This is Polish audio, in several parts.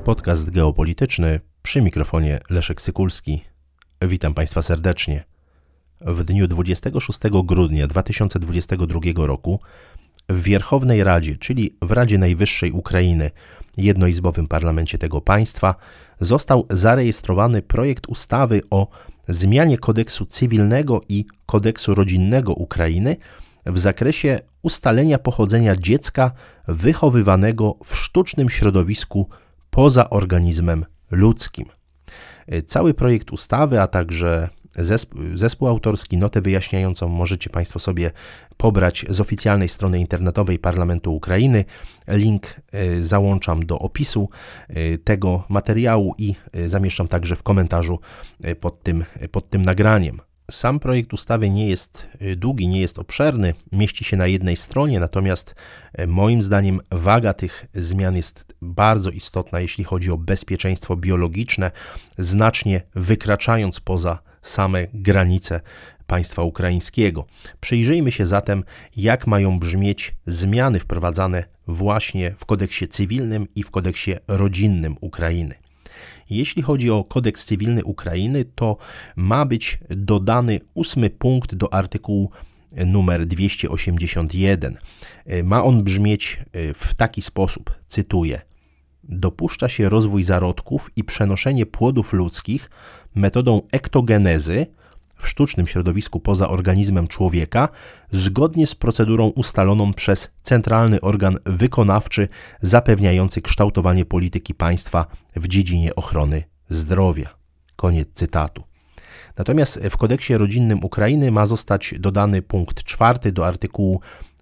Podcast geopolityczny, przy mikrofonie Leszek Sykulski. Witam Państwa serdecznie. W dniu 26 grudnia 2022 roku w Wierchownej Radzie, czyli w Radzie Najwyższej Ukrainy, jednoizbowym parlamencie tego państwa, został zarejestrowany projekt ustawy o zmianie kodeksu cywilnego i kodeksu rodzinnego Ukrainy w zakresie ustalenia pochodzenia dziecka wychowywanego w sztucznym środowisku poza organizmem ludzkim. Cały projekt ustawy, a także zespół autorski, notę wyjaśniającą możecie Państwo sobie pobrać z oficjalnej strony internetowej Parlamentu Ukrainy. Link załączam do opisu tego materiału i zamieszczam także w komentarzu pod tym nagraniem. Sam projekt ustawy nie jest długi, nie jest obszerny, mieści się na jednej stronie, natomiast moim zdaniem waga tych zmian jest bardzo istotna, jeśli chodzi o bezpieczeństwo biologiczne, znacznie wykraczając poza same granice państwa ukraińskiego. Przyjrzyjmy się zatem, jak mają brzmieć zmiany wprowadzane właśnie w kodeksie cywilnym i w kodeksie rodzinnym Ukrainy. Jeśli chodzi o kodeks cywilny Ukrainy, to ma być dodany 8 punkt do artykułu numer 281. Ma on brzmieć w taki sposób, cytuję: dopuszcza się rozwój zarodków i przenoszenie płodów ludzkich metodą ektogenezy w sztucznym środowisku poza organizmem człowieka, zgodnie z procedurą ustaloną przez centralny organ wykonawczy zapewniający kształtowanie polityki państwa w dziedzinie ochrony zdrowia. Koniec cytatu. Natomiast w kodeksie rodzinnym Ukrainy ma zostać dodany punkt 4 do artykułu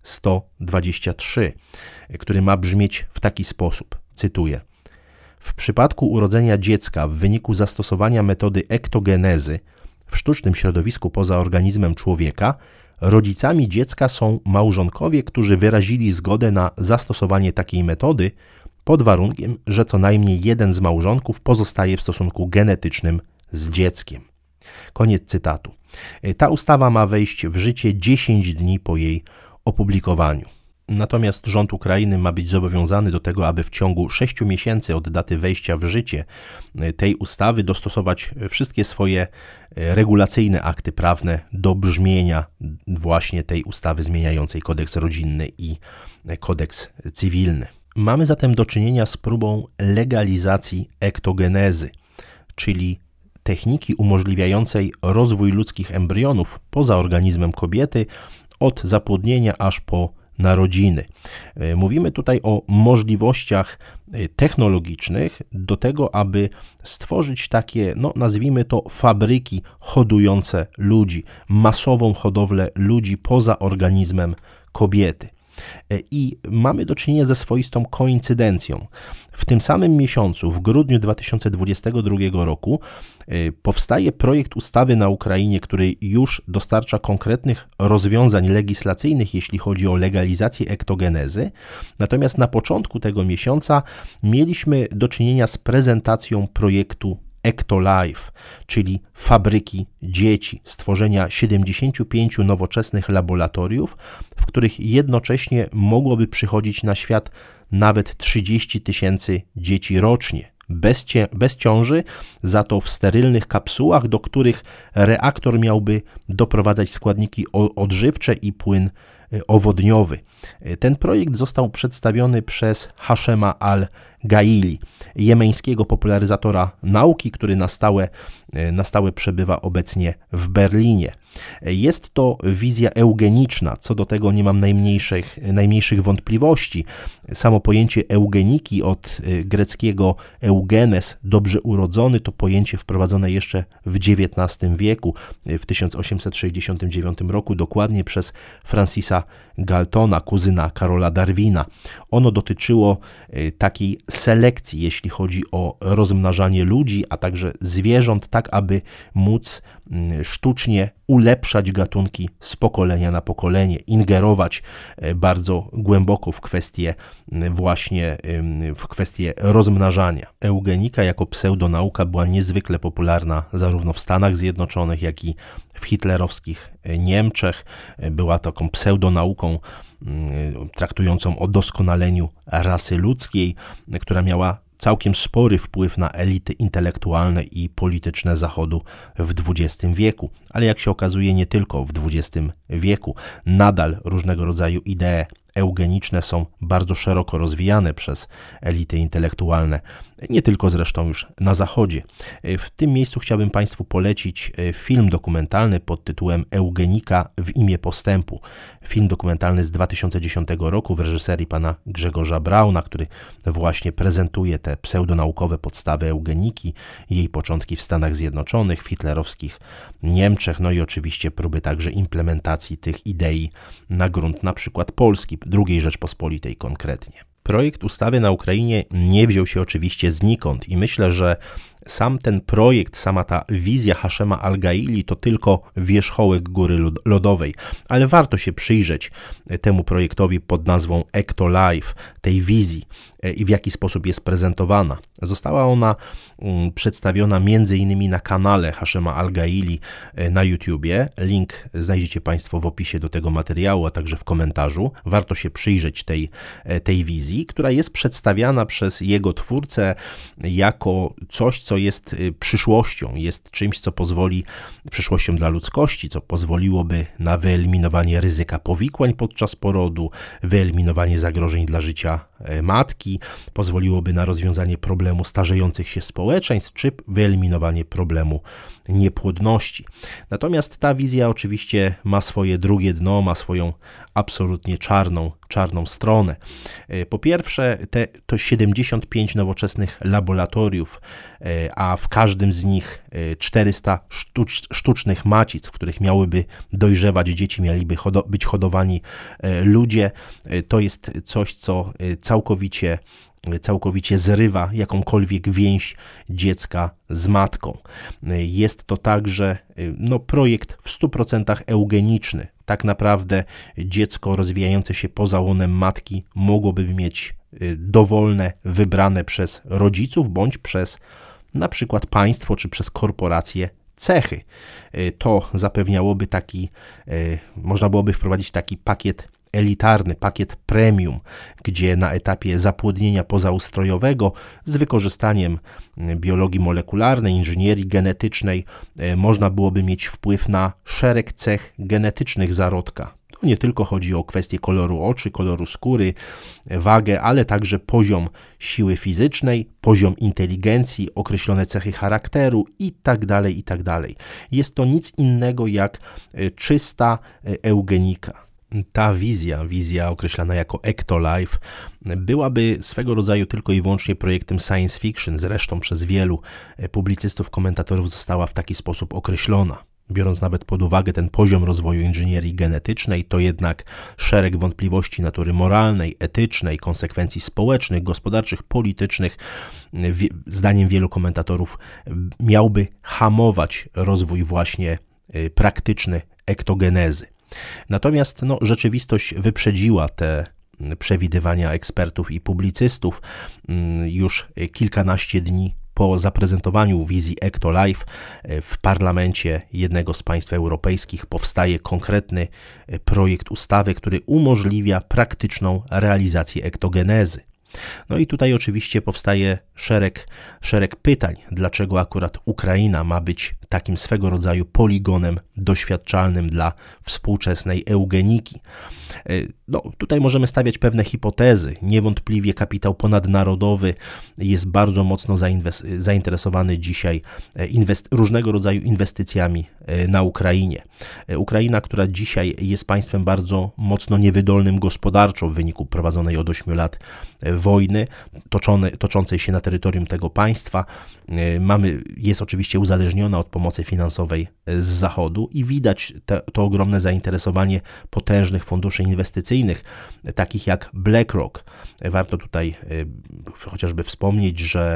123, który ma brzmieć w taki sposób, cytuję: w przypadku urodzenia dziecka w wyniku zastosowania metody ektogenezy w sztucznym środowisku poza organizmem człowieka, rodzicami dziecka są małżonkowie, którzy wyrazili zgodę na zastosowanie takiej metody pod warunkiem, że co najmniej jeden z małżonków pozostaje w stosunku genetycznym z dzieckiem. Koniec cytatu. Ta ustawa ma wejść w życie 10 dni po jej opublikowaniu. Natomiast rząd Ukrainy ma być zobowiązany do tego, aby w ciągu 6 miesięcy od daty wejścia w życie tej ustawy dostosować wszystkie swoje regulacyjne akty prawne do brzmienia właśnie tej ustawy zmieniającej kodeks rodzinny i kodeks cywilny. Mamy zatem do czynienia z próbą legalizacji ektogenezy, czyli techniki umożliwiającej rozwój ludzkich embrionów poza organizmem kobiety od zapłodnienia aż po narodziny. Mówimy tutaj o możliwościach technologicznych do tego, aby stworzyć takie, nazwijmy to, fabryki hodujące ludzi, masową hodowlę ludzi poza organizmem kobiety. I mamy do czynienia ze swoistą koincydencją. W tym samym miesiącu, w grudniu 2022 roku, powstaje projekt ustawy na Ukrainie, który już dostarcza konkretnych rozwiązań legislacyjnych, jeśli chodzi o legalizację ektogenezy. Natomiast na początku tego miesiąca mieliśmy do czynienia z prezentacją projektu EctoLife, czyli fabryki dzieci, stworzenia 75 nowoczesnych laboratoriów, w których jednocześnie mogłoby przychodzić na świat nawet 30 000 dzieci rocznie, bez ciąży, za to w sterylnych kapsułach, do których reaktor miałby doprowadzać składniki odżywcze i płyn owodniowy. Ten projekt został przedstawiony przez Hashema al-Gaili, jemeńskiego popularyzatora nauki, który na stałe przebywa obecnie w Berlinie. Jest to wizja eugeniczna, co do tego nie mam najmniejszych wątpliwości. Samo pojęcie eugeniki od greckiego eugenes, dobrze urodzony, to pojęcie wprowadzone jeszcze w XIX wieku, w 1869 roku, dokładnie przez Francisa Galtona, kuzyna Karola Darwina. Ono dotyczyło takiej selekcji, jeśli chodzi o rozmnażanie ludzi, a także zwierząt, tak aby móc sztucznie ulepszać gatunki z pokolenia na pokolenie, ingerować bardzo głęboko w kwestię rozmnażania. Eugenika jako pseudonauka była niezwykle popularna zarówno w Stanach Zjednoczonych, jak i w hitlerowskich Niemczech. Była taką pseudonauką traktującą o doskonaleniu rasy ludzkiej, która miała całkiem spory wpływ na elity intelektualne i polityczne Zachodu w XX wieku, ale jak się okazuje nie tylko w XX wieku. Nadal różnego rodzaju idee eugeniczne są bardzo szeroko rozwijane przez elity intelektualne, nie tylko zresztą już na Zachodzie. W tym miejscu chciałbym Państwu polecić film dokumentalny pod tytułem Eugenika w imię postępu. Film dokumentalny z 2010 roku w reżyserii pana Grzegorza Brauna, który właśnie prezentuje te pseudonaukowe podstawy eugeniki, jej początki w Stanach Zjednoczonych, w hitlerowskich Niemczech, no i oczywiście próby także implementacji tych idei na grunt na przykład Polski, II Rzeczpospolitej konkretnie. Projekt ustawy na Ukrainie nie wziął się oczywiście znikąd i myślę, że sam ten projekt, sama ta wizja Haszema Al-Gaili to tylko wierzchołek góry lodowej, ale warto się przyjrzeć temu projektowi pod nazwą Ecto-Life, tej wizji i w jaki sposób jest prezentowana. Została ona przedstawiona m.in. na kanale Haszema Al-Gaili na YouTubie. Link znajdziecie Państwo w opisie do tego materiału, a także w komentarzu. Warto się przyjrzeć tej wizji, która jest przedstawiana przez jego twórcę jako coś, co jest przyszłością, jest czymś, co pozwoli, przyszłością dla ludzkości, co pozwoliłoby na wyeliminowanie ryzyka powikłań podczas porodu, wyeliminowanie zagrożeń dla życia matki, pozwoliłoby na rozwiązanie problemu starzejących się społeczeństw, czy wyeliminowanie problemu niepłodności. Natomiast ta wizja oczywiście ma swoje drugie dno, ma swoją absolutnie czarną stronę. Po pierwsze, to 75 nowoczesnych laboratoriów, a w każdym z nich 400 sztucznych macic, w których miałyby dojrzewać dzieci, mieliby być hodowani ludzie. To jest coś, co całkowicie zrywa jakąkolwiek więź dziecka z matką. Jest to także projekt w 100% eugeniczny. Tak naprawdę dziecko rozwijające się poza łonem matki mogłoby mieć dowolne, wybrane przez rodziców bądź przez na przykład państwo czy przez korporacje cechy. To zapewniałoby można byłoby wprowadzić taki pakiet elitarny, pakiet premium, gdzie na etapie zapłodnienia pozaustrojowego z wykorzystaniem biologii molekularnej, inżynierii genetycznej można byłoby mieć wpływ na szereg cech genetycznych zarodka. To nie tylko chodzi o kwestię koloru oczu, koloru skóry, wagę, ale także poziom siły fizycznej, poziom inteligencji, określone cechy charakteru itd., itd. Jest to nic innego jak czysta eugenika. Ta wizja określana jako Ecto-Life byłaby swego rodzaju tylko i wyłącznie projektem science fiction, zresztą przez wielu publicystów, komentatorów została w taki sposób określona. Biorąc nawet pod uwagę ten poziom rozwoju inżynierii genetycznej, to jednak szereg wątpliwości natury moralnej, etycznej, konsekwencji społecznych, gospodarczych, politycznych, zdaniem wielu komentatorów, miałby hamować rozwój właśnie praktyczny ektogenezy. Natomiast rzeczywistość wyprzedziła te przewidywania ekspertów i publicystów. Już kilkanaście dni po zaprezentowaniu wizji Ecto-Life w parlamencie jednego z państw europejskich powstaje konkretny projekt ustawy, który umożliwia praktyczną realizację ektogenezy. No i tutaj oczywiście powstaje szereg pytań, dlaczego akurat Ukraina ma być takim swego rodzaju poligonem doświadczalnym dla współczesnej eugeniki. Tutaj możemy stawiać pewne hipotezy. Niewątpliwie kapitał ponadnarodowy jest bardzo mocno zainteresowany dzisiaj różnego rodzaju inwestycjami na Ukrainie. Ukraina, która dzisiaj jest państwem bardzo mocno niewydolnym gospodarczo w wyniku prowadzonej od 8 lat wojny toczącej się na terytorium tego państwa, jest oczywiście uzależniona od pomocy finansowej z Zachodu i widać to ogromne zainteresowanie potężnych funduszy inwestycyjnych, takich jak BlackRock. Warto tutaj chociażby wspomnieć, że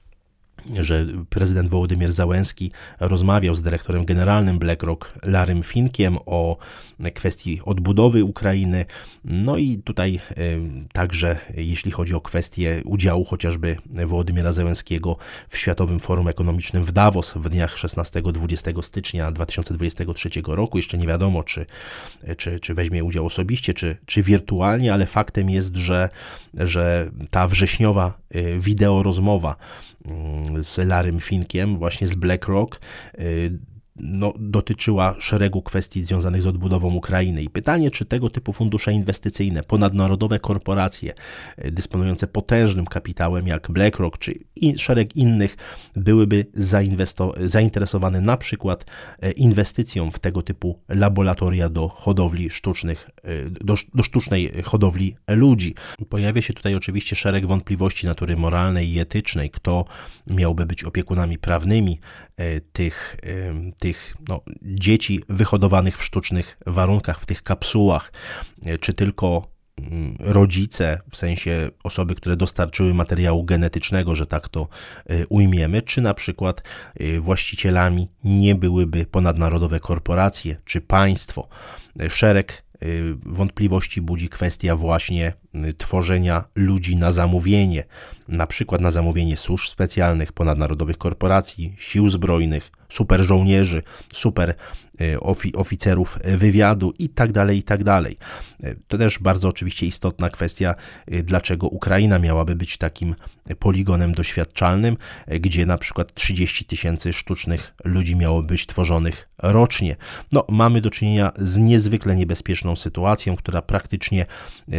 prezydent Wołodymyr Załęski rozmawiał z dyrektorem generalnym BlackRock, Larrym Finkiem, o kwestii odbudowy Ukrainy. No i tutaj także jeśli chodzi o kwestię udziału chociażby Wołodymyra Załęskiego w Światowym Forum Ekonomicznym w Davos w dniach 16-20 stycznia 2023 roku. Jeszcze nie wiadomo, czy weźmie udział osobiście, czy wirtualnie, ale faktem jest, że ta wrześniowa wideorozmowa z Larrym Finkiem, właśnie z BlackRock, dotyczyła szeregu kwestii związanych z odbudową Ukrainy. I pytanie, czy tego typu fundusze inwestycyjne, ponadnarodowe korporacje dysponujące potężnym kapitałem jak BlackRock czy szereg innych byłyby zainteresowane na przykład inwestycją w tego typu laboratoria do hodowli sztucznych, do sztucznej hodowli ludzi. Pojawia się tutaj oczywiście szereg wątpliwości natury moralnej i etycznej, kto miałby być opiekunami prawnymi tych dzieci wyhodowanych w sztucznych warunkach, w tych kapsułach, czy tylko rodzice, w sensie osoby, które dostarczyły materiału genetycznego, że tak to ujmiemy, czy na przykład właścicielami nie byłyby ponadnarodowe korporacje, czy państwo. Szereg wątpliwości budzi kwestia właśnie tworzenia ludzi na zamówienie, na przykład na zamówienie służb specjalnych, ponadnarodowych korporacji, sił zbrojnych, super żołnierzy, super oficerów wywiadu i tak dalej. To też bardzo oczywiście istotna kwestia, dlaczego Ukraina miałaby być takim poligonem doświadczalnym, gdzie na przykład 30 000 sztucznych ludzi miało być tworzonych rocznie. Mamy do czynienia z niezwykle niebezpieczną sytuacją, która praktycznie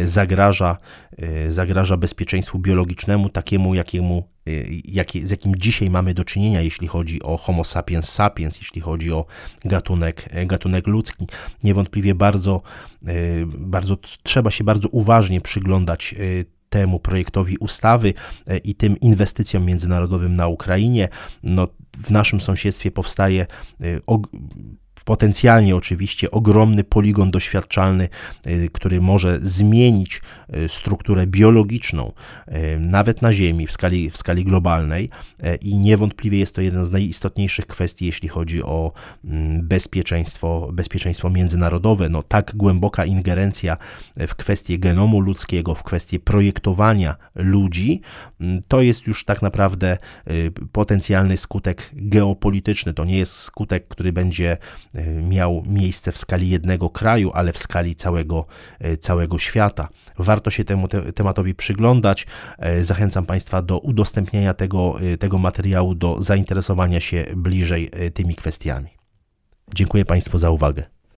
zagraża bezpieczeństwu biologicznemu, takiemu, z jakim dzisiaj mamy do czynienia, jeśli chodzi o Homo sapiens sapiens, jeśli chodzi o gatunek ludzki. Niewątpliwie trzeba się bardzo uważnie przyglądać temu projektowi ustawy i tym inwestycjom międzynarodowym na Ukrainie. W naszym sąsiedztwie powstaje potencjalnie oczywiście ogromny poligon doświadczalny, który może zmienić strukturę biologiczną nawet na Ziemi w skali globalnej i niewątpliwie jest to jeden z najistotniejszych kwestii, jeśli chodzi o bezpieczeństwo międzynarodowe. Tak głęboka ingerencja w kwestie genomu ludzkiego, w kwestie projektowania ludzi, to jest już tak naprawdę potencjalny skutek geopolityczny. To nie jest skutek, który będzie miał miejsce w skali jednego kraju, ale w skali całego świata. Warto się temu tematowi przyglądać. Zachęcam Państwa do udostępnienia tego materiału, do zainteresowania się bliżej tymi kwestiami. Dziękuję Państwu za uwagę.